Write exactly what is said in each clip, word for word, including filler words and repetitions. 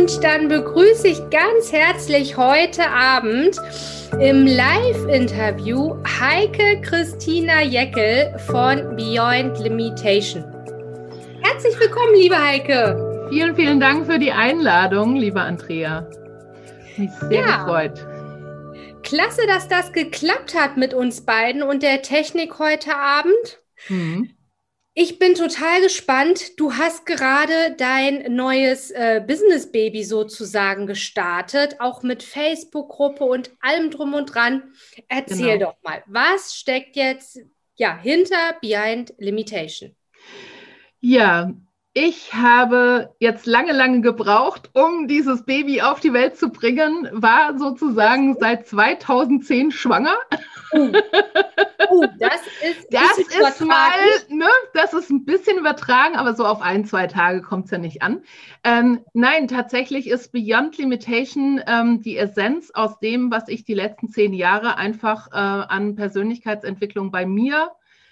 Und dann begrüße ich ganz herzlich heute Abend im Live-Interview Heike Christina Jeckel von Beyond Limitation. Herzlich willkommen, liebe Heike. Vielen, vielen Dank für die Einladung, liebe Andrea. Mich sehr ja. gefreut. Klasse, dass das geklappt hat mit uns beiden und der Technik heute Abend. Mhm. Ich bin total gespannt. Du hast gerade dein neues äh, Business-Baby sozusagen gestartet, auch mit Facebook-Gruppe und allem drum und dran. Erzähl genau. doch mal, was steckt jetzt ja, hinter Beyond Limitation? Ja, ich habe jetzt lange, lange gebraucht, um dieses Baby auf die Welt zu bringen, war sozusagen seit zweitausendzehn schwanger. Oh, oh das ist, das ist mal, ne, das ist ein bisschen übertragen, aber so auf ein, zwei Tage kommt es ja nicht an. Ähm, nein, tatsächlich ist Beyond Limitation ähm, die Essenz aus dem, was ich die letzten zehn Jahre einfach äh, an Persönlichkeitsentwicklung bei mir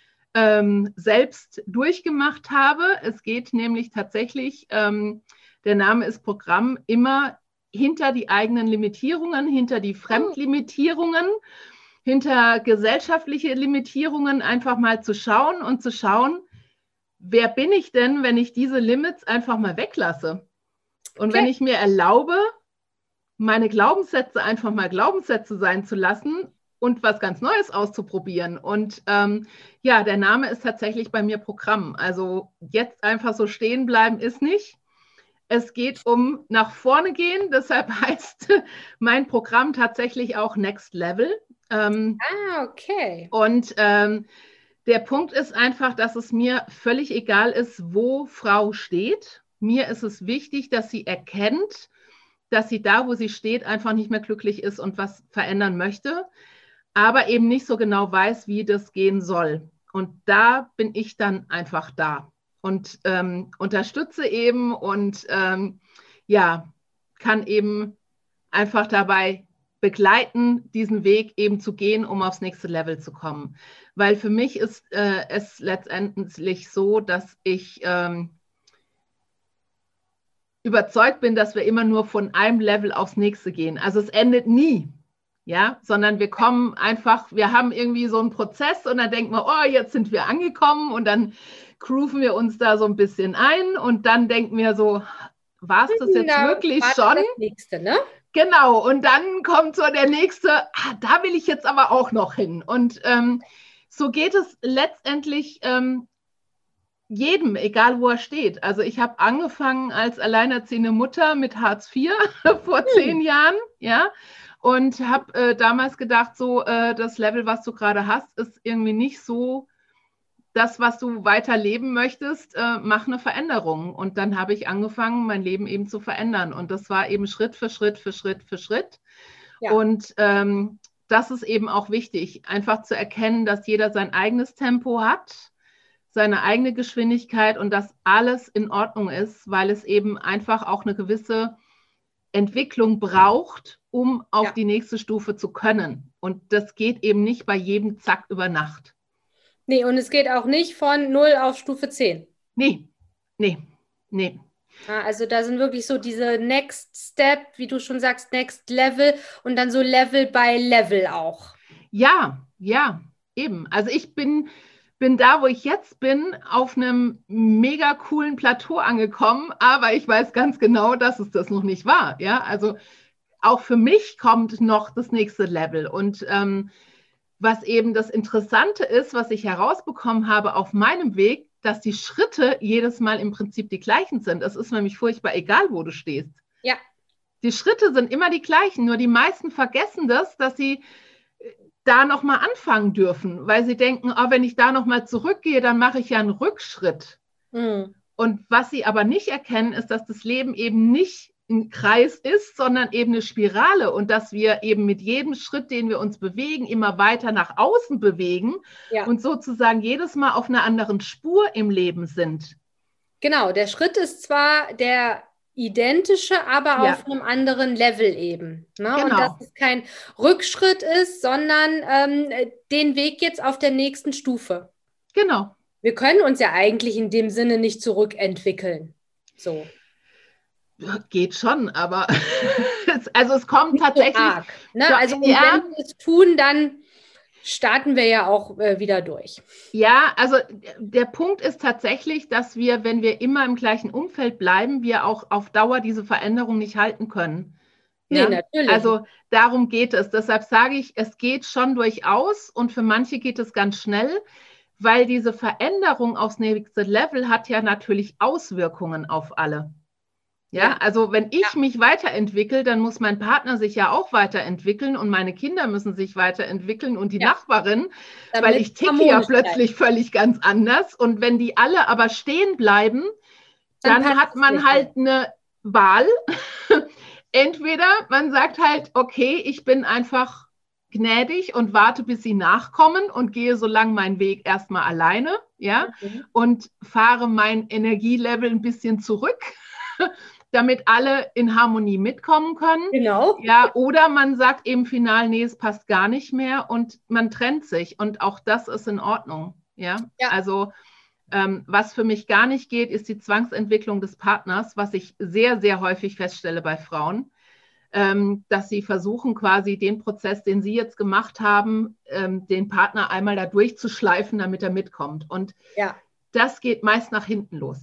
Ähm, selbst durchgemacht habe. Es geht nämlich tatsächlich, ähm, der Name ist Programm, immer hinter die eigenen Limitierungen, hinter die Fremdlimitierungen, hinter gesellschaftliche Limitierungen einfach mal zu schauen und zu schauen, wer bin ich denn, wenn ich diese Limits einfach mal weglasse? Und okay. wenn ich mir erlaube, meine Glaubenssätze einfach mal Glaubenssätze sein zu lassen und was ganz Neues auszuprobieren. Und ähm, ja, der Name ist tatsächlich bei mir Programm. Also jetzt einfach so stehen bleiben ist nicht. Es geht um nach vorne gehen. Deshalb heißt mein Programm tatsächlich auch Next Level. Ähm, ah, okay. Und ähm, der Punkt ist einfach, dass es mir völlig egal ist, wo Frau steht. Mir ist es wichtig, dass sie erkennt, dass sie da, wo sie steht, einfach nicht mehr glücklich ist und was verändern möchte, aber eben nicht so genau weiß, wie das gehen soll. Und da bin ich dann einfach da und ähm, unterstütze eben und ähm, ja, kann eben einfach dabei begleiten, diesen Weg eben zu gehen, um aufs nächste Level zu kommen. Weil für mich ist äh, es letztendlich so, dass ich ähm, überzeugt bin, dass wir immer nur von einem Level aufs nächste gehen. Also es endet nie. Ja, sondern wir kommen einfach, wir haben irgendwie so einen Prozess und dann denken wir, oh, jetzt sind wir angekommen und dann grooven wir uns da so ein bisschen ein und dann denken wir so, war es das jetzt Na, wirklich schon? Das nächste, ne? Genau, und dann kommt so der nächste, ah, da will ich jetzt aber auch noch hin. Und ähm, so geht es letztendlich ähm, jedem, egal wo er steht. Also ich habe angefangen als alleinerziehende Mutter mit Hartz vier vor zehn hm. Jahren, ja, und habe äh, damals gedacht, so äh, das Level, was du gerade hast, ist irgendwie nicht so das, was du weiterleben möchtest, äh, mach eine Veränderung. Und dann habe ich angefangen, mein Leben eben zu verändern. Und das war eben Schritt für Schritt für Schritt für Schritt. Ja. Und ähm, das ist eben auch wichtig, einfach zu erkennen, dass jeder sein eigenes Tempo hat, seine eigene Geschwindigkeit und dass alles in Ordnung ist, weil es eben einfach auch eine gewisse Entwicklung braucht, um auf ja. die nächste Stufe zu können. Und das geht eben nicht bei jedem Zack über Nacht. Nee, und es geht auch nicht von null auf Stufe zehn. Nee, nee, nee. Also da sind wirklich so diese Next Step, wie du schon sagst, Next Level und dann so Level by Level auch. Ja, ja, eben. Also ich bin... bin da, wo ich jetzt bin, auf einem mega coolen Plateau angekommen, aber ich weiß ganz genau, dass es das noch nicht war. Ja, also auch für mich kommt noch das nächste Level. Und ähm, was eben das Interessante ist, was ich herausbekommen habe auf meinem Weg, dass die Schritte jedes Mal im Prinzip die gleichen sind. Es ist nämlich furchtbar egal, wo du stehst. Ja. Die Schritte sind immer die gleichen, nur die meisten vergessen das, dass sie da nochmal anfangen dürfen, weil sie denken, oh, wenn ich da nochmal zurückgehe, dann mache ich ja einen Rückschritt. Mhm. Und was sie aber nicht erkennen, ist, dass das Leben eben nicht ein Kreis ist, sondern eben eine Spirale und dass wir eben mit jedem Schritt, den wir uns bewegen, immer weiter nach außen bewegen ja. und sozusagen jedes Mal auf einer anderen Spur im Leben sind. Genau, der Schritt ist zwar der identische, aber ja. auf einem anderen Level eben. Ne? Genau. Und dass es kein Rückschritt ist, sondern ähm, den Weg jetzt auf der nächsten Stufe. Genau. Wir können uns ja eigentlich in dem Sinne nicht zurückentwickeln. So. Geht schon, aber es, also es kommt nicht tatsächlich. So arg, ne? So, also ja, wenn wir es tun, dann starten wir ja auch äh, wieder durch. Ja, also der Punkt ist tatsächlich, dass wir, wenn wir immer im gleichen Umfeld bleiben, wir auch auf Dauer diese Veränderung nicht halten können. Ja? Nee, natürlich. Also darum geht es. Deshalb sage ich, es geht schon durchaus und für manche geht es ganz schnell, weil diese Veränderung aufs nächste Level hat ja natürlich Auswirkungen auf alle. Ja, ja, also wenn ich ja. mich weiterentwickle, dann muss mein Partner sich ja auch weiterentwickeln und meine Kinder müssen sich weiterentwickeln und die ja. Nachbarin, damit weil ich ticke ja plötzlich bleibt. Völlig ganz anders. Und wenn die alle aber stehen bleiben, dann, dann hat man halt eine Wahl. Entweder man sagt halt, okay, ich bin einfach gnädig und warte, bis sie nachkommen und gehe so lang meinen Weg erstmal alleine, ja, mhm. und fahre mein Energielevel ein bisschen zurück, damit alle in Harmonie mitkommen können. Genau. Ja, oder man sagt eben final, nee, es passt gar nicht mehr und man trennt sich und auch das ist in Ordnung, ja. ja. Also ähm, was für mich gar nicht geht, ist die Zwangsentwicklung des Partners, was ich sehr, sehr häufig feststelle bei Frauen, ähm, dass sie versuchen quasi den Prozess, den sie jetzt gemacht haben, ähm, den Partner einmal da durchzuschleifen, damit er mitkommt. Und ja. das geht meist nach hinten los.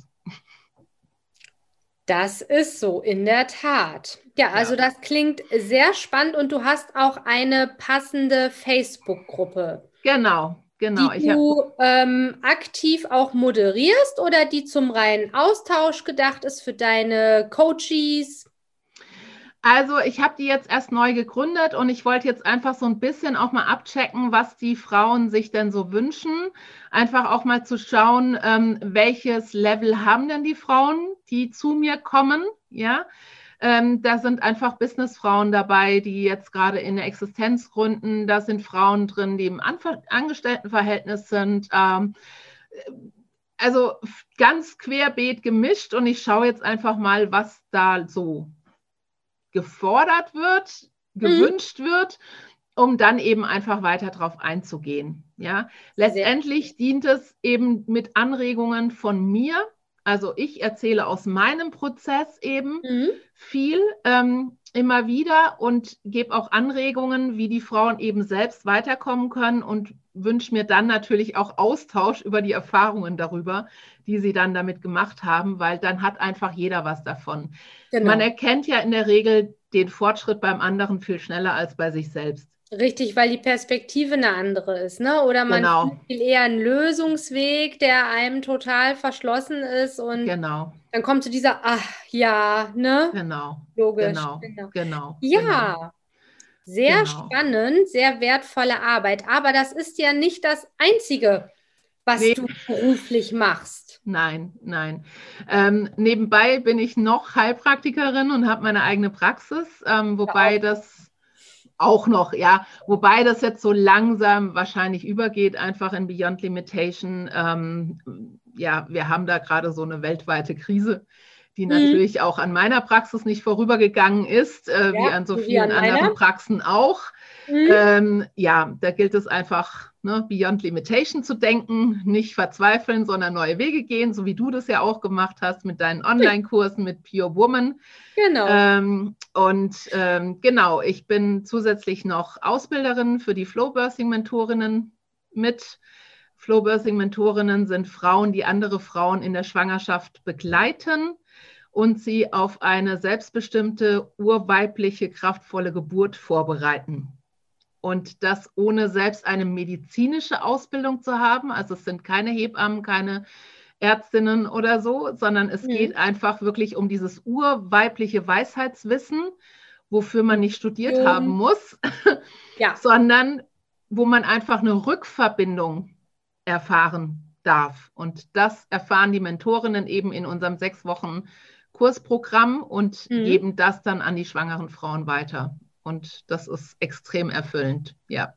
Das ist so, in der Tat. Ja, also ja. das klingt sehr spannend und du hast auch eine passende Facebook-Gruppe. Genau, genau. Die du ähm, aktiv auch moderierst oder die zum reinen Austausch gedacht ist für deine Coaches? Also ich habe die jetzt erst neu gegründet und ich wollte jetzt einfach so ein bisschen auch mal abchecken, was die Frauen sich denn so wünschen. Einfach auch mal zu schauen, ähm, welches Level haben denn die Frauen, die zu mir kommen, ja. Ähm, da sind einfach Businessfrauen dabei, die jetzt gerade in der Existenz gründen. Da sind Frauen drin, die im Anver- Angestelltenverhältnis sind. Ähm, also ganz querbeet gemischt und ich schaue jetzt einfach mal, was da so gefordert wird, gewünscht mhm. wird, um dann eben einfach weiter drauf einzugehen. Ja, letztendlich dient es eben mit Anregungen von mir. Also ich erzähle aus meinem Prozess eben mhm. viel ähm, immer wieder und gebe auch Anregungen, wie die Frauen eben selbst weiterkommen können und wünsche mir dann natürlich auch Austausch über die Erfahrungen darüber, die sie dann damit gemacht haben, weil dann hat einfach jeder was davon. Genau. Man erkennt ja in der Regel den Fortschritt beim anderen viel schneller als bei sich selbst. Richtig, weil die Perspektive eine andere ist, ne? Oder man genau. findet viel eher einen Lösungsweg, der einem total verschlossen ist und genau. dann kommt zu dieser, ach ja, ne? Genau. Logisch. Genau. Genau. genau. Ja, genau. sehr genau. spannend, sehr wertvolle Arbeit. Aber das ist ja nicht das Einzige, was nee. du beruflich machst. Nein, nein. Ähm, nebenbei bin ich noch Heilpraktikerin und habe meine eigene Praxis, ähm, wobei ja, das auch noch, ja, wobei das jetzt so langsam wahrscheinlich übergeht, einfach in Beyond Limitation. Ähm, ja, wir haben da gerade so eine weltweite Krise, die mhm. natürlich auch an meiner Praxis nicht vorübergegangen ist, äh, ja, wie an so vielen an anderen Praxen auch. Mhm. Ähm, ja, da gilt es einfach, ne, Beyond Limitation zu denken, nicht verzweifeln, sondern neue Wege gehen, so wie du das ja auch gemacht hast mit deinen Online-Kursen mit Pure Woman. Genau. Ähm, und ähm, genau, ich bin zusätzlich noch Ausbilderin für die Flow-Birthing-Mentorinnen mit. Flow-Birthing-Mentorinnen sind Frauen, die andere Frauen in der Schwangerschaft begleiten und sie auf eine selbstbestimmte, urweibliche, kraftvolle Geburt vorbereiten. Und das ohne selbst eine medizinische Ausbildung zu haben. Also es sind keine Hebammen, keine Ärztinnen oder so, sondern es mhm. geht einfach wirklich um dieses urweibliche Weisheitswissen, wofür man nicht studiert mhm. haben muss, ja. sondern wo man einfach eine Rückverbindung erfahren darf. Und das erfahren die Mentorinnen eben in unserem sechs Wochen Kursprogramm und mhm. geben das dann an die schwangeren Frauen weiter. Und das ist extrem erfüllend, ja.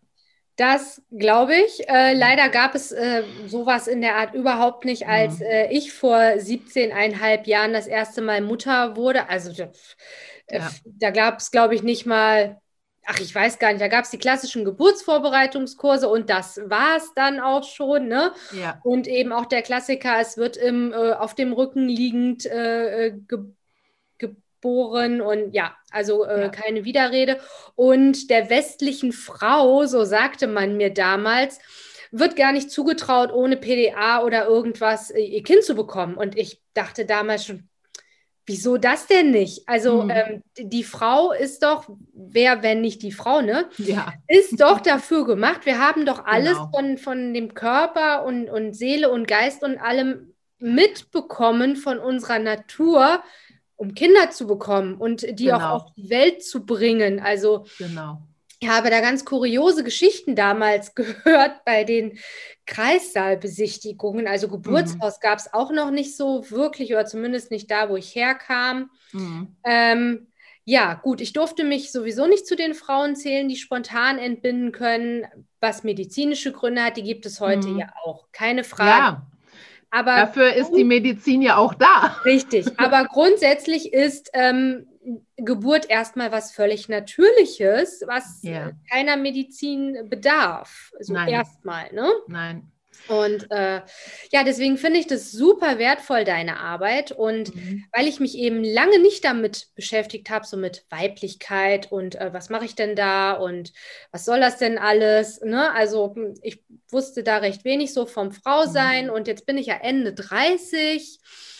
Das glaube ich. Äh, leider gab es äh, sowas in der Art überhaupt nicht, als mhm. äh, ich vor siebzehn Komma fünf Jahren das erste Mal Mutter wurde. Also äh, ja. da gab es, glaube ich, nicht mal, ach, ich weiß gar nicht, da gab es die klassischen Geburtsvorbereitungskurse und das war es dann auch schon. Ne? Ja. Und eben auch der Klassiker, es wird im, äh, auf dem Rücken liegend äh, ge bohren und ja, also äh, Ja. keine Widerrede. Und der westlichen Frau, so sagte man mir damals, wird gar nicht zugetraut, ohne P D A oder irgendwas äh, ihr Kind zu bekommen. Und ich dachte damals schon, wieso das denn nicht? Also Mhm. ähm, die, die Frau ist doch, wer, wenn nicht die Frau, ne? Ja. Ist doch dafür gemacht. Wir haben doch alles Genau. von, von dem Körper und, und Seele und Geist und allem mitbekommen von unserer Natur, um Kinder zu bekommen und die Genau. auch auf die Welt zu bringen. Also Genau. ich habe da ganz kuriose Geschichten damals gehört bei den Kreissaalbesichtigungen. Also Geburtshaus gab es auch noch nicht so wirklich oder zumindest nicht da, wo ich herkam. Mhm. Ähm, ja, gut, ich durfte mich sowieso nicht zu den Frauen zählen, die spontan entbinden können. Was medizinische Gründe hat, die gibt es heute Mhm. ja auch. Keine Frage. Ja, Aber dafür ist die Medizin ja auch da. richtig, aber grundsätzlich ist ähm, Geburt erstmal was völlig Natürliches, was Ja. äh, keiner Medizin bedarf. Also Nein. erstmal, ne? Nein. Und äh, ja, deswegen finde ich das super wertvoll, deine Arbeit. Und Mhm. weil ich mich eben lange nicht damit beschäftigt habe, so mit Weiblichkeit und äh, was mache ich denn da und was soll das denn alles? Ne? Also hm, ich wusste da recht wenig so vom Frausein und jetzt bin ich ja Ende dreißig.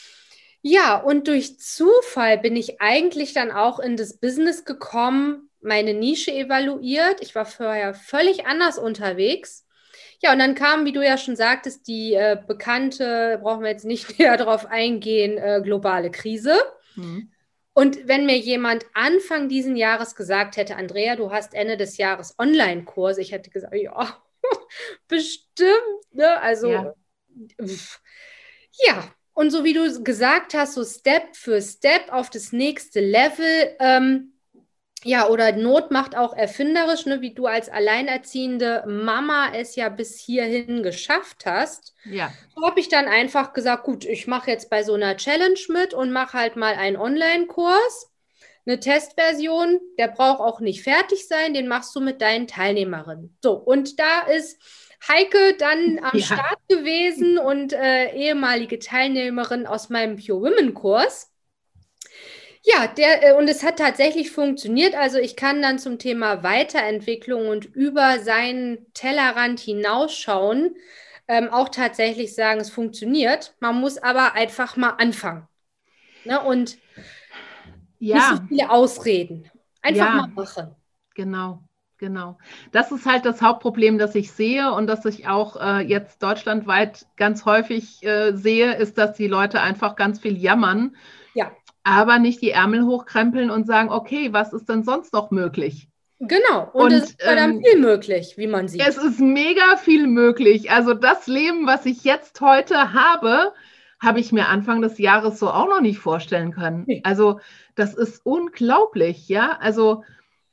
Ja, und durch Zufall bin ich eigentlich dann auch in das Business gekommen, meine Nische evaluiert. Ich war vorher völlig anders unterwegs. Ja, und dann kam, wie du ja schon sagtest, die äh, bekannte, brauchen wir jetzt nicht näher drauf eingehen, äh, globale Krise. Mhm. Und wenn mir jemand Anfang diesen Jahres gesagt hätte, Andrea, du hast Ende des Jahres Online-Kurs, ich hätte gesagt, ja, bestimmt. Ne? Also, Ja. pff. Ja, und so wie du gesagt hast, so Step für Step auf das nächste Level, ähm, ja, oder Not macht auch erfinderisch, ne, wie du als alleinerziehende Mama es ja bis hierhin geschafft hast. Ja. So habe ich dann einfach gesagt, gut, ich mache jetzt bei so einer Challenge mit und mache halt mal einen Online-Kurs, eine Testversion, der braucht auch nicht fertig sein, den machst du mit deinen Teilnehmerinnen. So, und da ist Heike dann am Ja. Start gewesen und äh, ehemalige Teilnehmerin aus meinem Pure Women Kurs. Ja, der, und es hat tatsächlich funktioniert. Also ich kann dann zum Thema Weiterentwicklung und über seinen Tellerrand hinausschauen, ähm, auch tatsächlich sagen, es funktioniert. Man muss aber einfach mal anfangen. Ne? Und Ja. nicht so viele Ausreden. Einfach Ja. mal machen. Genau. Genau. Das ist halt das Hauptproblem, das ich sehe und das ich auch äh, jetzt deutschlandweit ganz häufig äh, sehe, ist, dass die Leute einfach ganz viel jammern, Ja. aber nicht die Ärmel hochkrempeln und sagen, okay, was ist denn sonst noch möglich? Genau. Und, Und, es ist verdammt ähm, viel möglich, wie man sieht. Es ist mega viel möglich. Also das Leben, was ich jetzt heute habe, habe ich mir Anfang des Jahres so auch noch nicht vorstellen können. Nee. Also das ist unglaublich, ja. Also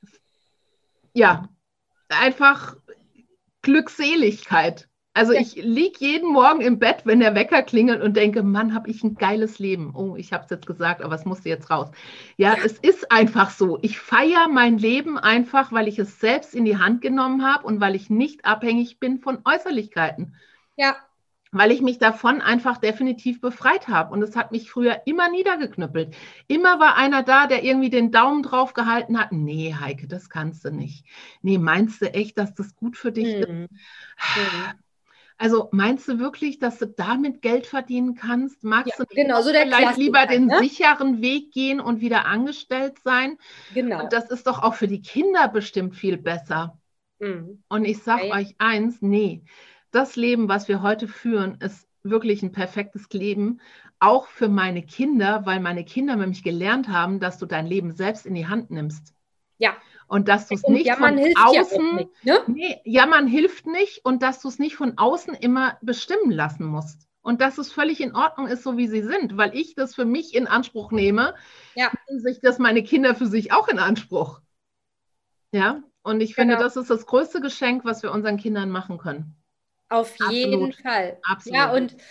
ja, einfach Glückseligkeit. Also Ja. ich liege jeden Morgen im Bett, wenn der Wecker klingelt und denke, Mann, habe ich ein geiles Leben. Oh, ich habe es jetzt gesagt, aber es musste jetzt raus. Ja, Ja. es ist einfach so. Ich feiere mein Leben einfach, weil ich es selbst in die Hand genommen habe und weil ich nicht abhängig bin von Äußerlichkeiten. Ja. Weil ich mich davon einfach definitiv befreit habe. Und es hat mich früher immer niedergeknüppelt. Immer war einer da, der irgendwie den Daumen drauf gehalten hat. Nee, Heike, das kannst du nicht. Nee, meinst du echt, dass das gut für dich Mhm. ist? Mhm. Also meinst du wirklich, dass du damit Geld verdienen kannst? Magst Ja, du nicht genau, so der vielleicht lieber Klassiker, den ne? sicheren Weg gehen und wieder angestellt sein? Genau. Und das ist doch auch für die Kinder bestimmt viel besser. Mhm. Und ich sage Ja, ja. euch eins, nee, das Leben, was wir heute führen, ist wirklich ein perfektes Leben, auch für meine Kinder, weil meine Kinder nämlich gelernt haben, dass du dein Leben selbst in die Hand nimmst. Ja. Und dass du es Und nicht jammern von hilft ja auch außen, nicht, ne? nee, jammern hilft nicht und dass du es nicht von außen immer bestimmen lassen musst. Und dass es völlig in Ordnung ist, so wie sie sind, weil ich das für mich in Anspruch nehme, Ja. nehmen sich das meine Kinder für sich auch in Anspruch. Ja, und ich finde, Genau. das ist das größte Geschenk, was wir unseren Kindern machen können. Auf jeden Absolut. Fall. Absolut. Ja, und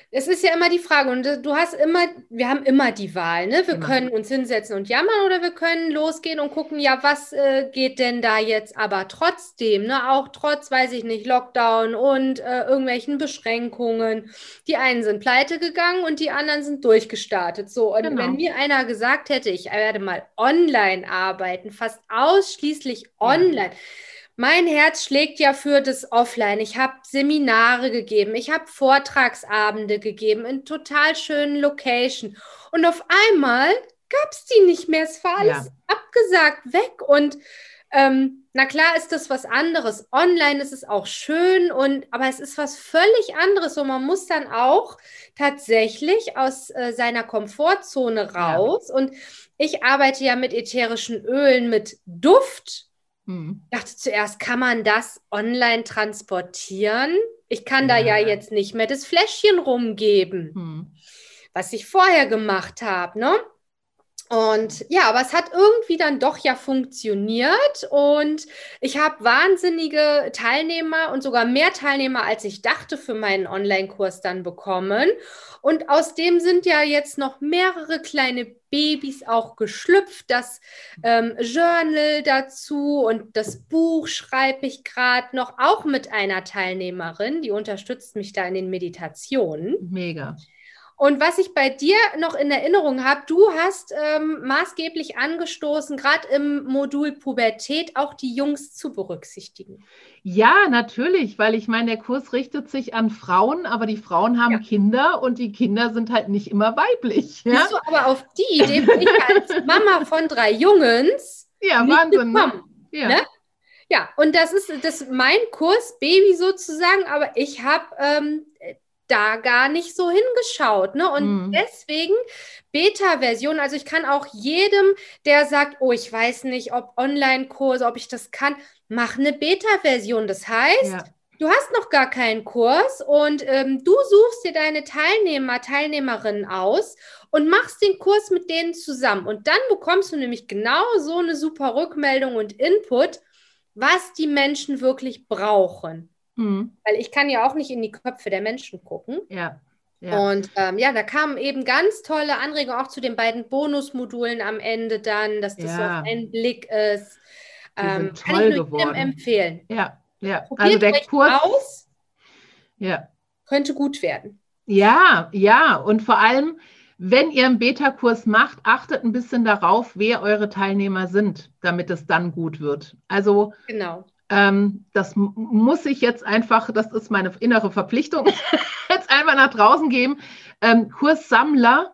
Es ist ja immer die Frage, und du hast immer, wir haben immer die Wahl, ne? Wir Immer. können uns hinsetzen und jammern oder wir können losgehen und gucken, ja, was äh, geht denn da jetzt aber trotzdem, ne? Auch trotz, weiß ich nicht, Lockdown und äh, irgendwelchen Beschränkungen. Die einen sind pleite gegangen und die anderen sind durchgestartet. So, und Genau. wenn mir einer gesagt hätte, ich werde mal online arbeiten, fast ausschließlich online, ja. Mein Herz schlägt ja für das Offline. Ich habe Seminare gegeben, ich habe Vortragsabende gegeben in total schönen Location. Und auf einmal gab es die nicht mehr. Es war alles ja. abgesagt, weg. Und ähm, na klar ist das was anderes. Online ist es auch schön, und, aber es ist was völlig anderes. Und man muss dann auch tatsächlich aus äh, seiner Komfortzone raus. Ja. Und ich arbeite ja mit ätherischen Ölen, mit Duft. Ich dachte zuerst, kann man das online transportieren? Ich kann ja. da ja jetzt nicht mehr das Fläschchen rumgeben, hm. was ich vorher gemacht habe, ne? Und ja, aber es hat irgendwie dann doch ja funktioniert, und ich habe wahnsinnige Teilnehmer und sogar mehr Teilnehmer, als ich dachte, für meinen Online-Kurs dann bekommen. Und aus dem sind ja jetzt noch mehrere kleine Babys auch geschlüpft, das ähm, Journal dazu, und das Buch schreibe ich gerade noch, auch mit einer Teilnehmerin, die unterstützt mich da in den Meditationen. Mega. Und was ich bei dir noch in Erinnerung habe, du hast ähm, maßgeblich angestoßen, gerade im Modul Pubertät auch die Jungs zu berücksichtigen. Ja, natürlich, weil ich meine, der Kurs richtet sich an Frauen, aber die Frauen haben ja. Kinder, und die Kinder sind halt nicht immer weiblich. Ja? Bist du aber auf die Idee, bin ich als Mama von drei Jungs ja, nicht Wahnsinn, gekommen, ja. ne? Ja, und das ist das mein Kurs Baby sozusagen, aber ich habe ähm, da gar nicht so hingeschaut, ne? Und mm. deswegen Beta-Version, also ich kann auch jedem, der sagt, oh, ich weiß nicht, ob Online-Kurse, ob ich das kann, mach eine Beta-Version. Das heißt, ja. du hast noch gar keinen Kurs, und ähm, du suchst dir deine Teilnehmer, Teilnehmerinnen aus und machst den Kurs mit denen zusammen. Und dann bekommst du nämlich genau so eine super Rückmeldung und Input, was die Menschen wirklich brauchen. Mhm. Weil ich kann ja auch nicht in die Köpfe der Menschen gucken. Ja. Ja. Und ähm, ja, da kamen eben ganz tolle Anregungen auch zu den beiden Bonusmodulen am Ende dann, dass das ja. so auf einen Blick ist. Die ähm, sind toll kann ich nur geworden. jedem empfehlen. Ja, ja. Probiert also der euch Kurs aus. Ja. Könnte gut werden. Ja, ja. Und vor allem, wenn ihr einen Beta-Kurs macht, achtet ein bisschen darauf, wer eure Teilnehmer sind, damit es dann gut wird. Also genau. Ähm, das m- muss ich jetzt einfach, das ist meine innere Verpflichtung, jetzt einfach nach draußen geben. Ähm, Kurssammler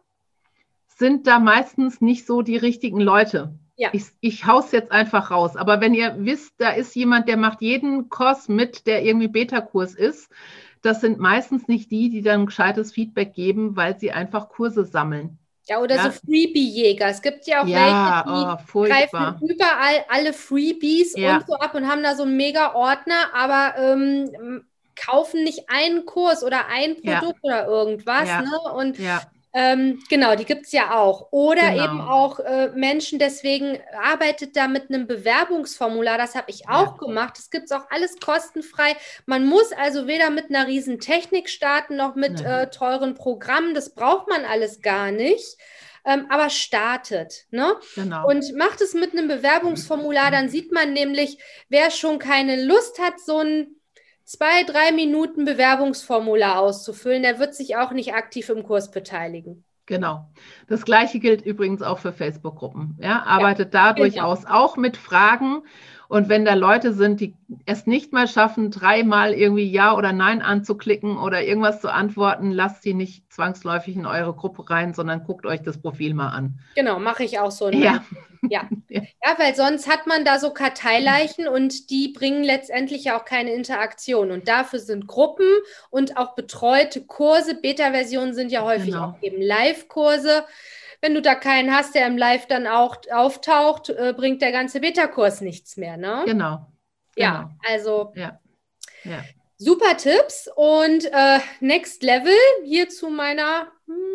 sind da meistens nicht so die richtigen Leute. Ja. Ich, ich hau's jetzt einfach raus. Aber wenn ihr wisst, da ist jemand, der macht jeden Kurs mit, der irgendwie Beta-Kurs ist, das sind meistens nicht die, die dann gescheites Feedback geben, weil sie einfach Kurse sammeln. Ja, oder ja. so Freebie-Jäger. Es gibt ja auch ja, welche, die oh, greifen überall alle Freebies ja. und so ab und haben da so einen Mega-Ordner, aber ähm, kaufen nicht einen Kurs oder ein Produkt ja. oder irgendwas. Ja. Ne? Und ja. ähm, genau, die gibt es ja auch. Oder genau. eben auch äh, Menschen, deswegen arbeitet da mit einem Bewerbungsformular. Das habe ich auch ja. gemacht. Das gibt es auch alles kostenfrei. Man muss also weder mit einer riesen Technik starten, noch mit äh, teuren Programmen. Das braucht man alles gar nicht. Ähm, aber startet, ne? Genau. Und macht es mit einem Bewerbungsformular. Dann sieht man nämlich, wer schon keine Lust hat, so ein zwei, drei Minuten Bewerbungsformular auszufüllen, der wird sich auch nicht aktiv im Kurs beteiligen. Genau. Das Gleiche gilt übrigens auch für Facebook-Gruppen. Ja, arbeitet ja, da genau. durchaus auch mit Fragen. Und wenn da Leute sind, die es nicht mal schaffen, dreimal irgendwie Ja oder Nein anzuklicken oder irgendwas zu antworten, lasst sie nicht zwangsläufig in eure Gruppe rein, sondern guckt euch das Profil mal an. Genau, mache ich auch so. Ja. Ja. ja, weil sonst hat man da so Karteileichen und die bringen letztendlich ja auch keine Interaktion. Und dafür sind Gruppen und auch betreute Kurse. Beta-Versionen sind ja häufig genau. auch eben Live-Kurse. Wenn du da keinen hast, der im Live dann auch auftaucht, äh, bringt der ganze Beta-Kurs nichts mehr, ne? Genau. Ja, genau. also ja. Ja. super Tipps. Und äh, Next Level hier zu meiner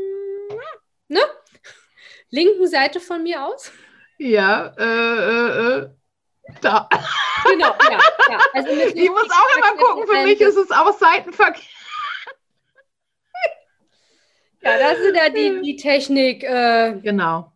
hm, ne? linken Seite von mir aus. Ja, äh, äh, äh, da. Genau, ja. ja. Also ich muss auch immer gucken, für mich ist es auch Seitenverkehr. Ja, das sind ja die, die Technik. Äh, genau.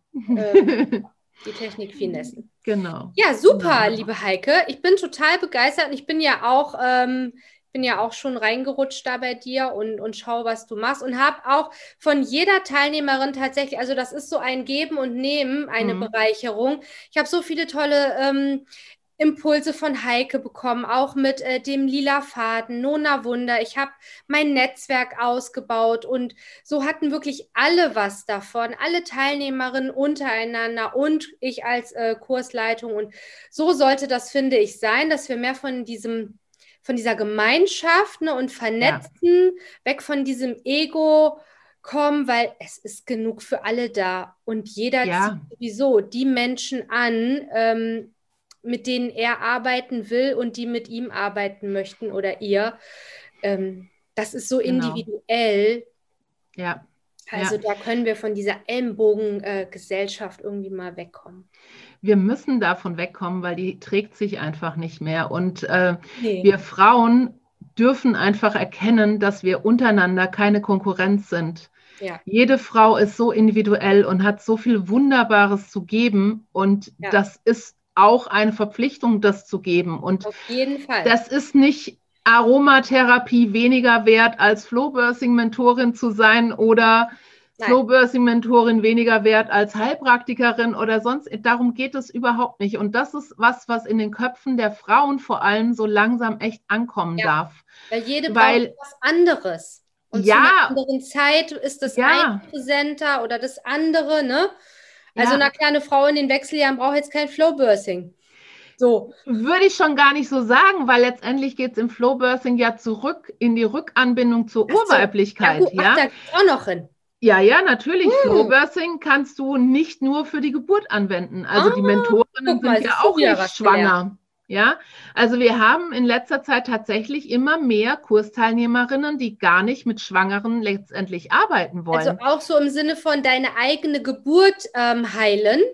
Äh, die Technik-Finessen. Genau. Ja, super, genau. liebe Heike. Ich bin total begeistert und ich bin ja auch, ähm, bin ja auch schon reingerutscht da bei dir und, und schaue, was du machst und habe auch von jeder Teilnehmerin tatsächlich, also das ist so ein Geben und Nehmen, eine mhm. Bereicherung. Ich habe so viele tolle ähm, Impulse von Heike bekommen, auch mit äh, dem lila Faden, Nona Wunder. Ich habe mein Netzwerk ausgebaut und so hatten wirklich alle was davon, alle Teilnehmerinnen untereinander und ich als äh, Kursleitung. Und so sollte das, finde ich, sein, dass wir mehr von diesem, von dieser Gemeinschaft, ne, und Vernetzen, ja. weg von diesem Ego kommen, weil es ist genug für alle da und jeder ja. zieht sowieso die Menschen an, ähm, mit denen er arbeiten will und die mit ihm arbeiten möchten oder ihr. Ähm, das ist so genau. individuell. Ja. Also ja. da können wir von dieser Ellenbogen-Gesellschaft äh, irgendwie mal wegkommen. Wir müssen davon wegkommen, weil die trägt sich einfach nicht mehr. Und äh, nee. wir Frauen dürfen einfach erkennen, dass wir untereinander keine Konkurrenz sind. Ja. Jede Frau ist so individuell und hat so viel Wunderbares zu geben. Und ja. das ist auch eine Verpflichtung, das zu geben. Und auf jeden Fall. Das ist nicht Aromatherapie weniger wert als Flowbirthing-Mentorin zu sein oder Flowbirthing-Mentorin weniger wert als Heilpraktikerin oder sonst. Darum geht es überhaupt nicht. Und das ist was, was in den Köpfen der Frauen vor allem so langsam echt ankommen ja. darf. Weil jede Weil, braucht was anderes. Und ja, zu einer anderen Zeit ist das ja. eine präsenter oder das andere, ne? Also ja. eine kleine Frau in den Wechseljahren braucht jetzt kein Flowbirthing. So. Würde ich schon gar nicht so sagen, weil letztendlich geht es im Flowbirthing ja zurück in die Rückanbindung zur Ach Urweiblichkeit. So. Ja, gut. Ja? Ach, da geht's auch noch hin. Ja, ja, natürlich. Hm. Flowbirthing kannst du nicht nur für die Geburt anwenden. Also ah, die Mentorinnen mal, sind ja auch nicht schwanger. Ja, also wir haben in letzter Zeit tatsächlich immer mehr Kursteilnehmerinnen, die gar nicht mit Schwangeren letztendlich arbeiten wollen. Also auch so im Sinne von deine eigene Geburt ähm, heilen?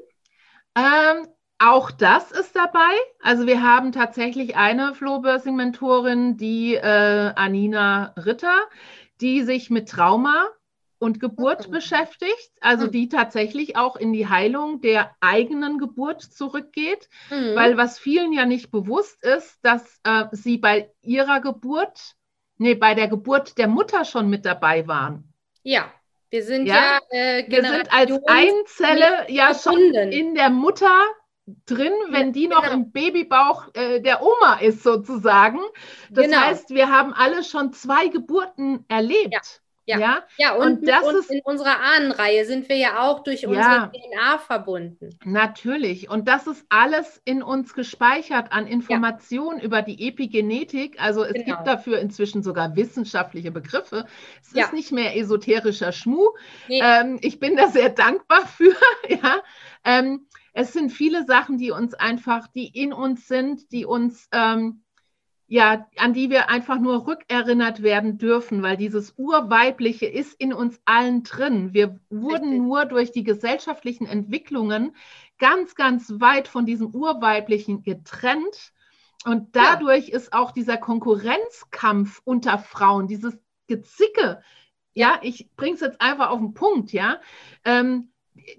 Ähm, auch das ist dabei. Also wir haben tatsächlich eine Flowbirthing-Mentorin, die äh, Anina Ritter, die sich mit Trauma und Geburt mhm. beschäftigt, also mhm. die tatsächlich auch in die Heilung der eigenen Geburt zurückgeht, mhm. weil was vielen ja nicht bewusst ist, dass äh, sie bei ihrer Geburt, nee, bei der Geburt der Mutter schon mit dabei waren. Ja, wir sind ja, ja äh, wir sind als Einzelle ja schon in der Mutter drin, wenn die noch genau. im Babybauch äh, der Oma ist sozusagen. Das genau. heißt, wir haben alle schon zwei Geburten erlebt. Ja. Ja, ja. ja und, und das uns, ist, in unserer Ahnenreihe sind wir ja auch durch ja, unsere D N A verbunden. Natürlich. Und das ist alles in uns gespeichert an Informationen ja. über die Epigenetik. Also es genau. gibt dafür inzwischen sogar wissenschaftliche Begriffe. Es ja. ist nicht mehr esoterischer Schmuh. Nee. Ähm, ich bin da sehr dankbar für. ja. ähm, es sind viele Sachen, die uns einfach, die in uns sind, die uns... Ähm, ja, an die wir einfach nur rückerinnert werden dürfen, weil dieses Urweibliche ist in uns allen drin. Wir wurden Richtig. nur durch die gesellschaftlichen Entwicklungen ganz, ganz weit von diesem Urweiblichen getrennt. Und dadurch ja. ist auch dieser Konkurrenzkampf unter Frauen, dieses Gezicke, ja, ja ich bringe es jetzt einfach auf den Punkt, ja, ähm,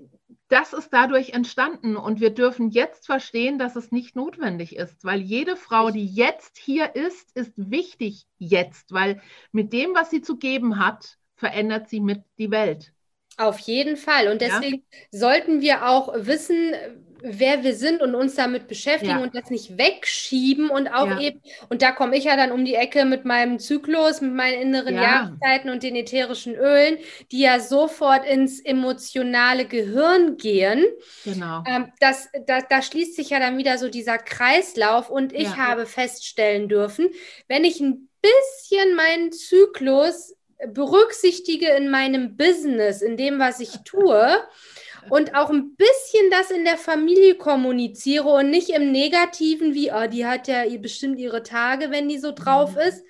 das ist dadurch entstanden und wir dürfen jetzt verstehen, dass es nicht notwendig ist, weil jede Frau, die jetzt hier ist, ist wichtig jetzt, weil mit dem, was sie zu geben hat, verändert sie mit die Welt. Auf jeden Fall und deswegen ja? sollten wir auch wissen, wer wir sind und uns damit beschäftigen ja. und das nicht wegschieben und auch ja. eben, und da komme ich ja dann um die Ecke mit meinem Zyklus, mit meinen inneren ja. Jahreszeiten und den ätherischen Ölen, die ja sofort ins emotionale Gehirn gehen. Genau. Ähm, das, da, da schließt sich ja dann wieder so dieser Kreislauf und ich ja. habe feststellen dürfen, wenn ich ein bisschen meinen Zyklus berücksichtige in meinem Business, in dem, was ich tue, und auch ein bisschen das in der Familie kommuniziere und nicht im Negativen, wie, oh, die hat ja bestimmt ihre Tage, wenn die so drauf ist.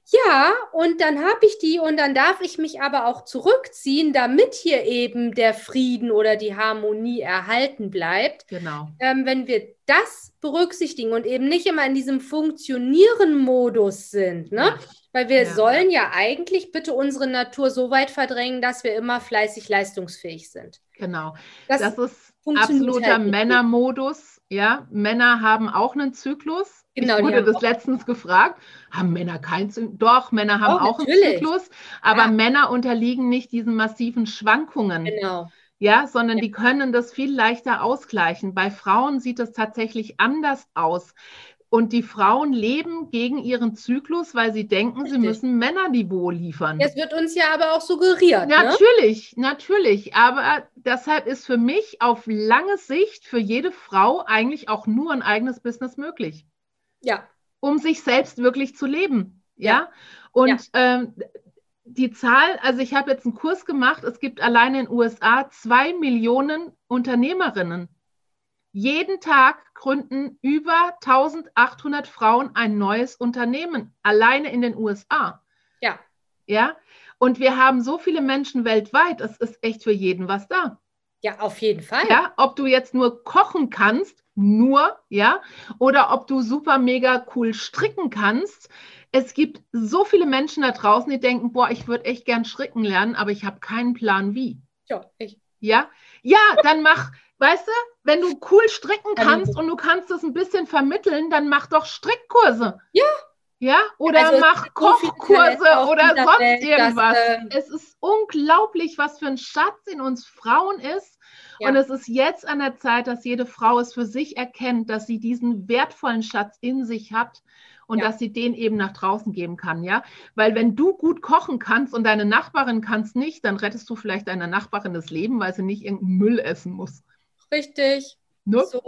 Ja, und dann habe ich die und dann darf ich mich aber auch zurückziehen, damit hier eben der Frieden oder die Harmonie erhalten bleibt. Genau. Ähm, wenn wir das berücksichtigen und eben nicht immer in diesem Funktionieren-Modus sind, ne? Ja. Weil wir Ja. sollen ja eigentlich bitte unsere Natur so weit verdrängen, dass wir immer fleißig leistungsfähig sind. Genau. Das, Das ist funktioniert absoluter halt nicht. Männermodus. Ja, Männer haben auch einen Zyklus. Genau, ich die wurde haben das auch- letztens gefragt. Haben Männer keinen Zyklus? Doch, Männer haben Oh, auch einen natürlich. Zyklus, aber Ja. Männer unterliegen nicht diesen massiven Schwankungen. Genau. Ja, sondern Ja. die können das viel leichter ausgleichen. Bei Frauen sieht es tatsächlich anders aus. Und die Frauen leben gegen ihren Zyklus, weil sie denken, Richtig. sie müssen Männerniveau liefern. Es wird uns ja aber auch suggeriert, ne? Natürlich, natürlich. Aber deshalb ist für mich auf lange Sicht für jede Frau eigentlich auch nur ein eigenes Business möglich. Ja. Um sich selbst wirklich zu leben. Ja. Ja. Und ähm, die Zahl, also ich habe jetzt einen Kurs gemacht, es gibt alleine in den U S A zwei Millionen Unternehmerinnen. Jeden Tag gründen über eintausendachthundert Frauen ein neues Unternehmen, alleine in den U S A. Ja. Ja, und wir haben so viele Menschen weltweit, es ist echt für jeden was da. Ja, auf jeden Fall. Ja, ob du jetzt nur kochen kannst, nur, ja, oder ob du super mega cool stricken kannst. Es gibt so viele Menschen da draußen, die denken, boah, ich würde echt gern stricken lernen, aber ich habe keinen Plan wie. Ja, ich. Ja, ja, dann mach, weißt du, wenn du cool stricken kannst und du kannst es ein bisschen vermitteln, dann mach doch Strickkurse. Ja. Ja, oder Also, mach so Kochkurse oder sonst Welt, irgendwas. Dass, äh, es ist unglaublich, was für ein Schatz in uns Frauen ist. Ja. Und es ist jetzt an der Zeit, dass jede Frau es für sich erkennt, dass sie diesen wertvollen Schatz in sich hat und ja. dass sie den eben nach draußen geben kann. Ja, weil wenn du gut kochen kannst und deine Nachbarin kann es nicht, dann rettest du vielleicht deiner Nachbarin das Leben, weil sie nicht irgendeinen Müll essen muss. Richtig. Ne? So.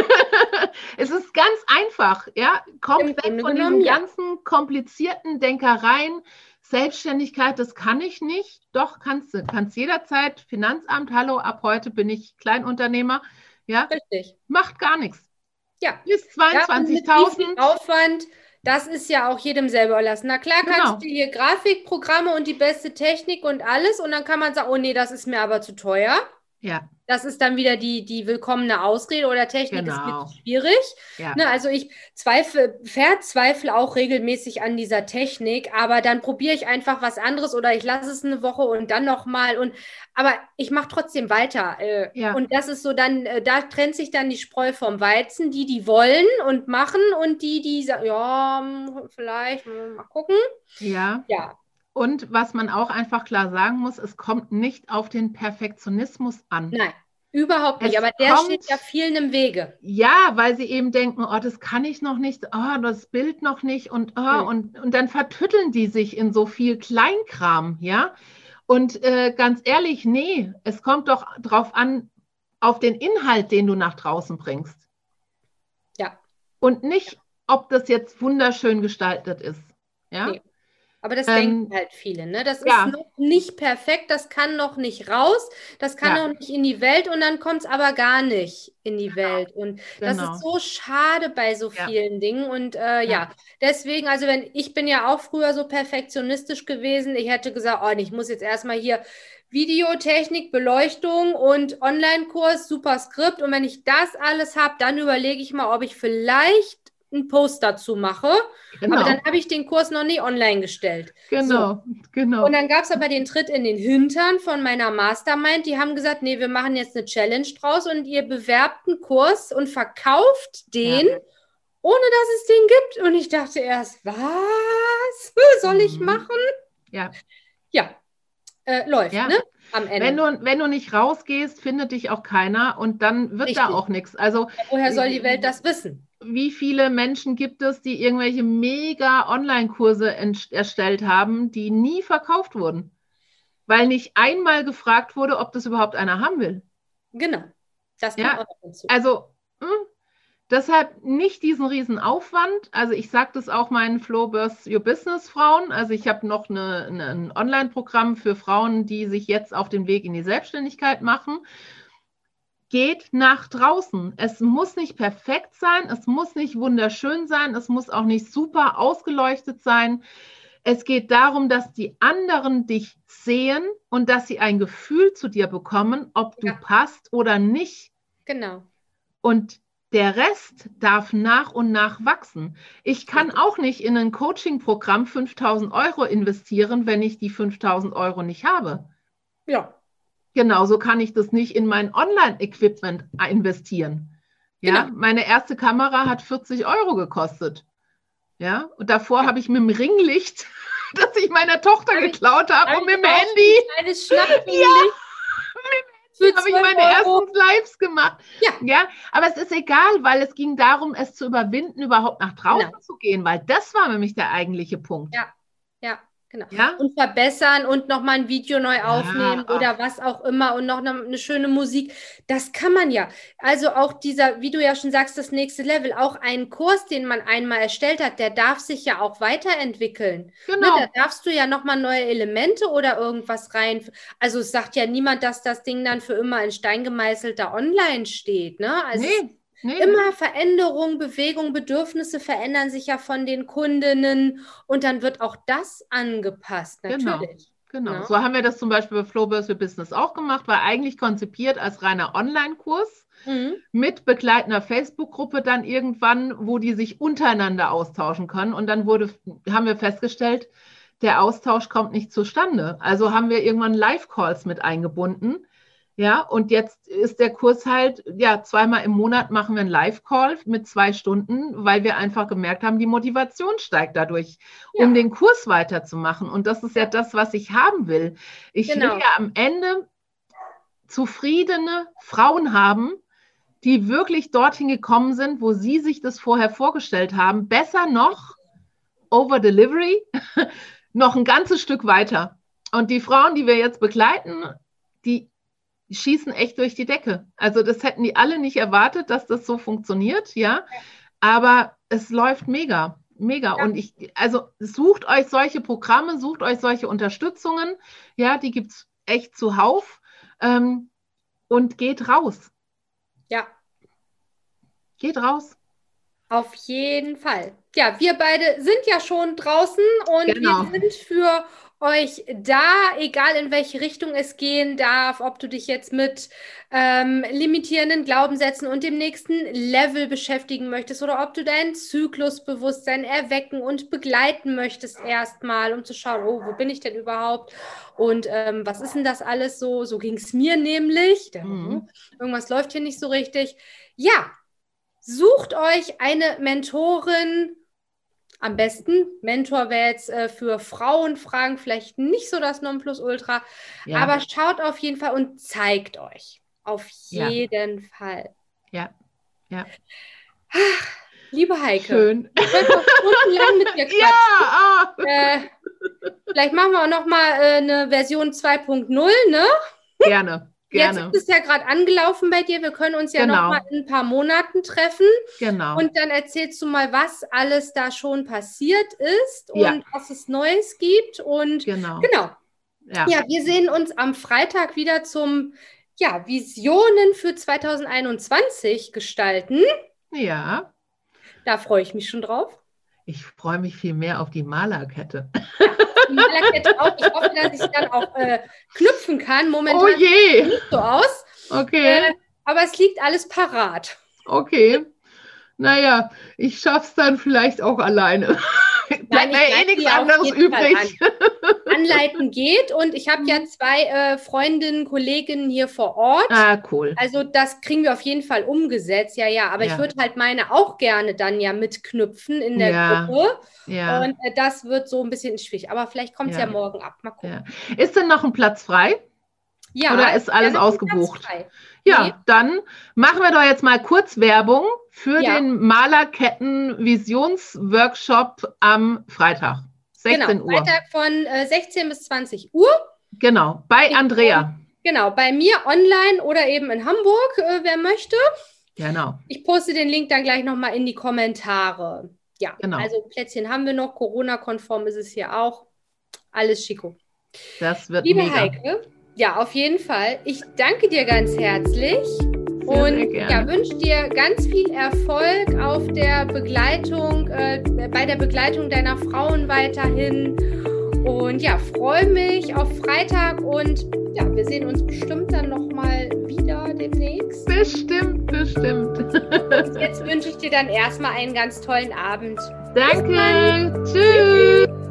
Es ist ganz einfach, ja, kommt weg von genommen, diesen ja. ganzen komplizierten Denkereien. Selbstständigkeit, das kann ich nicht. Doch, kannst du, kannst jederzeit. Finanzamt, hallo, ab heute bin ich Kleinunternehmer. Ja, richtig. Macht gar nichts. Ja. Bis zweiundzwanzigtausend. Ja, Aufwand, das ist ja auch jedem selber überlassen. Na klar, kannst Genau. du hier Grafikprogramme und die beste Technik und alles und dann kann man sagen, oh nee, das ist mir aber zu teuer. Ja. Das ist dann wieder die, die willkommene Ausrede oder Technik Genau. ist mir zu schwierig. Ja. Ne, also ich zweifle, verzweifle auch regelmäßig an dieser Technik, aber dann probiere ich einfach was anderes oder ich lasse es eine Woche und dann nochmal. Und aber ich mache trotzdem weiter. Äh, Ja. Und das ist so dann, äh, da trennt sich dann die Spreu vom Weizen, die, die wollen und machen und die, die sagen, ja, vielleicht, mal gucken. Ja. Ja. Und was man auch einfach klar sagen muss, es kommt nicht auf den Perfektionismus an. Nein, überhaupt nicht. Es Aber der kommt- steht ja vielen im Wege. Ja, weil sie eben denken, oh, das kann ich noch nicht, oh, das Bild noch nicht und, oh, Mhm. und, und dann vertütteln die sich in so viel Kleinkram, ja. Und äh, ganz ehrlich, nee, es kommt doch drauf an, auf den Inhalt, den du nach draußen bringst. Ja. Und nicht, ob das jetzt wunderschön gestaltet ist. Ja. Nee. Aber das Ähm, denken halt viele, ne? Das ja. ist noch nicht perfekt, das kann noch nicht raus, das kann Ja. noch nicht in die Welt und dann kommt es aber gar nicht in die Welt. Und das Genau. ist so schade bei so Ja. vielen Dingen. Und äh, ja. Ja. deswegen, also wenn, ich bin ja auch früher so perfektionistisch gewesen, ich hätte gesagt, oh, ich muss jetzt erstmal hier Videotechnik, Beleuchtung und Online-Kurs, super Skript. Und wenn ich das alles habe, dann überlege ich mal, ob ich vielleicht einen Post dazu mache. Genau. Aber dann habe ich den Kurs noch nie online gestellt. Genau, So. genau. Und dann gab es aber den Tritt in den Hintern von meiner Mastermind. Die haben gesagt, nee, wir machen jetzt eine Challenge draus und ihr bewerbt einen Kurs und verkauft den, Ja. ohne dass es den gibt. Und ich dachte erst, was soll ich Mhm. machen? Ja. Ja, äh, läuft, Ja. ne? Am Ende. Wenn du, wenn du nicht rausgehst, findet dich auch keiner und dann wird da Richtig. auch nichts. Also Woher soll die Welt das wissen? wie viele Menschen gibt es, die irgendwelche mega Online-Kurse ent- erstellt haben, die nie verkauft wurden? Weil nicht einmal gefragt wurde, ob das überhaupt einer haben will. Genau, das kommt Ja. auch noch hinzu. Also hm, deshalb nicht diesen riesen Aufwand. Also ich sage das auch meinen Flow Burst Your Business Frauen. Also ich habe noch eine, eine, ein Online-Programm für Frauen, die sich jetzt auf den Weg in die Selbstständigkeit machen. Geht nach draußen. Es muss nicht perfekt sein, es muss nicht wunderschön sein, es muss auch nicht super ausgeleuchtet sein. Es geht darum, dass die anderen dich sehen und dass sie ein Gefühl zu dir bekommen, ob du Ja. passt oder nicht. Genau. Und der Rest darf nach und nach wachsen. Ich kann auch nicht in ein Coaching-Programm fünftausend Euro investieren, wenn ich die fünftausend Euro nicht habe. Ja. Genauso kann ich das nicht in mein Online-Equipment investieren. Ja, Genau. meine erste Kamera hat vierzig Euro gekostet. Ja, und davor Ja. habe ich mit dem Ringlicht, das ich meiner Tochter Hab ich- geklaut habe, hab und ich mit dem auch Handy ein kleines Schnappringlicht für habe ich zwölf meine Euro. ersten Lives gemacht. Ja. Ja, aber es ist egal, weil es ging darum, es zu überwinden, überhaupt nach draußen Genau. zu gehen, weil das war nämlich der eigentliche Punkt. Ja, ja, genau. Ja? Und verbessern und nochmal ein Video neu Ja, aufnehmen oder ach. was auch immer und noch eine, eine schöne Musik. Das kann man ja. Also auch dieser, wie du ja schon sagst, das nächste Level, auch ein Kurs, den man einmal erstellt hat, der darf sich ja auch weiterentwickeln. Genau. Ne, da darfst du ja nochmal neue Elemente oder irgendwas rein. Also es sagt ja niemand, dass das Ding dann für immer in Stein gemeißelt da online steht. Ne? Also es- Nee, nee. Immer Veränderung, Bewegung, Bedürfnisse verändern sich ja von den Kundinnen und dann wird auch das angepasst, natürlich. Genau. Ne? So haben wir das zum Beispiel bei Flowbirth für Business auch gemacht, war eigentlich konzipiert als reiner Online-Kurs Mhm. mit begleitender Facebook-Gruppe dann irgendwann, wo die sich untereinander austauschen können. Und dann wurde, haben wir festgestellt, der Austausch kommt nicht zustande. Also haben wir irgendwann Live-Calls mit eingebunden. Ja, und jetzt ist der Kurs halt, ja, zweimal im Monat machen wir einen Live-Call mit zwei Stunden, weil wir einfach gemerkt haben, die Motivation steigt dadurch, Ja. um den Kurs weiterzumachen. Und das ist ja, Ja. das, was ich haben will. Ich Genau. will ja am Ende zufriedene Frauen haben, die wirklich dorthin gekommen sind, wo sie sich das vorher vorgestellt haben. Besser noch, over Delivery, noch ein ganzes Stück weiter. Und die Frauen, die wir jetzt begleiten, die schießen echt durch die Decke. Also das hätten die alle nicht erwartet, dass das so funktioniert, ja. Aber es läuft mega, mega. Ja. Und ich, also sucht euch solche Programme, sucht euch solche Unterstützungen, ja, die gibt es echt zuhauf, ähm, und geht raus. Ja, Geht raus. auf jeden Fall. Ja, wir beide sind ja schon draußen und Genau. wir sind für euch da, egal in welche Richtung es gehen darf, ob du dich jetzt mit ähm, limitierenden Glaubenssätzen und dem nächsten Level beschäftigen möchtest oder ob du dein Zyklusbewusstsein erwecken und begleiten möchtest erstmal, um zu schauen, oh, wo bin ich denn überhaupt und ähm, was ist denn das alles so? So ging es mir nämlich. Der, Mhm. Irgendwas läuft hier nicht so richtig. Ja, sucht euch eine Mentorin. Am besten, Mentor wäre jetzt äh, für Frauenfragen vielleicht nicht so das Nonplusultra, Ja. aber schaut auf jeden Fall und zeigt euch. Auf Ja. jeden Fall. Ja, ja. Ach, liebe Heike, Schön. ich könnte noch stundenlang mit dir quatschen. Ja, ah. Äh, vielleicht machen wir auch noch mal äh, eine Version zwei Punkt null, ne? Gerne, Jetzt gerne. ist es ja gerade angelaufen bei dir. Wir können uns ja Genau. noch mal in ein paar Monaten treffen. Genau. Und dann erzählst du mal, was alles da schon passiert ist und Ja. was es Neues gibt. Und Genau. genau. Ja. Ja, wir sehen uns am Freitag wieder zum ja, Visionen für zwanzig einundzwanzig gestalten. Ja. Da freue ich mich schon drauf. Ich freue mich viel mehr auf die Malerkette. Die Malerkette auch. Ich hoffe, dass ich sie dann auch äh, knüpfen kann. Momentan Oh je. sieht es nicht so aus. Okay. Äh, aber es liegt alles parat. Okay. Naja, ich schaff's dann vielleicht auch alleine. Bleibt mir eh nichts anderes übrig. An. Anleiten geht und ich habe ja zwei äh, Freundinnen, Kolleginnen hier vor Ort. Ah, cool. Also das kriegen wir auf jeden Fall umgesetzt, ja, ja. Aber Ja. ich würde halt meine auch gerne dann ja mitknüpfen in der Ja. Gruppe. Ja. Und äh, das wird so ein bisschen schwierig. Aber vielleicht kommt es ja. Ja. ja morgen ab. Mal gucken. Ja. Ist denn noch ein Platz frei? Ja, Oder ist alles ja, ausgebucht? Platz frei. Ja, Nee. dann machen wir doch jetzt mal kurz Werbung für Ja. den Malerketten-Visionsworkshop am Freitag, sechzehn Genau, Uhr. Freitag von äh, sechzehn bis zwanzig Uhr. Genau, bei Ich- Andrea. Genau, bei mir online oder eben in Hamburg, äh, wer möchte. Genau. Ich poste den Link dann gleich nochmal in die Kommentare. Ja, Genau. also Plätzchen haben wir noch, Corona-konform ist es hier auch. Alles schicko. Das wird Liebe mega. Heike, ja, auf jeden Fall. Ich danke dir ganz herzlich. Sehr, und sehr ja, wünsche dir ganz viel Erfolg auf der Begleitung, äh, bei der Begleitung deiner Frauen weiterhin. Und ja, freue mich auf Freitag und ja, wir sehen uns bestimmt dann nochmal wieder demnächst. Bestimmt, bestimmt. Und jetzt wünsche ich dir dann erstmal einen ganz tollen Abend. Danke. Tschüss.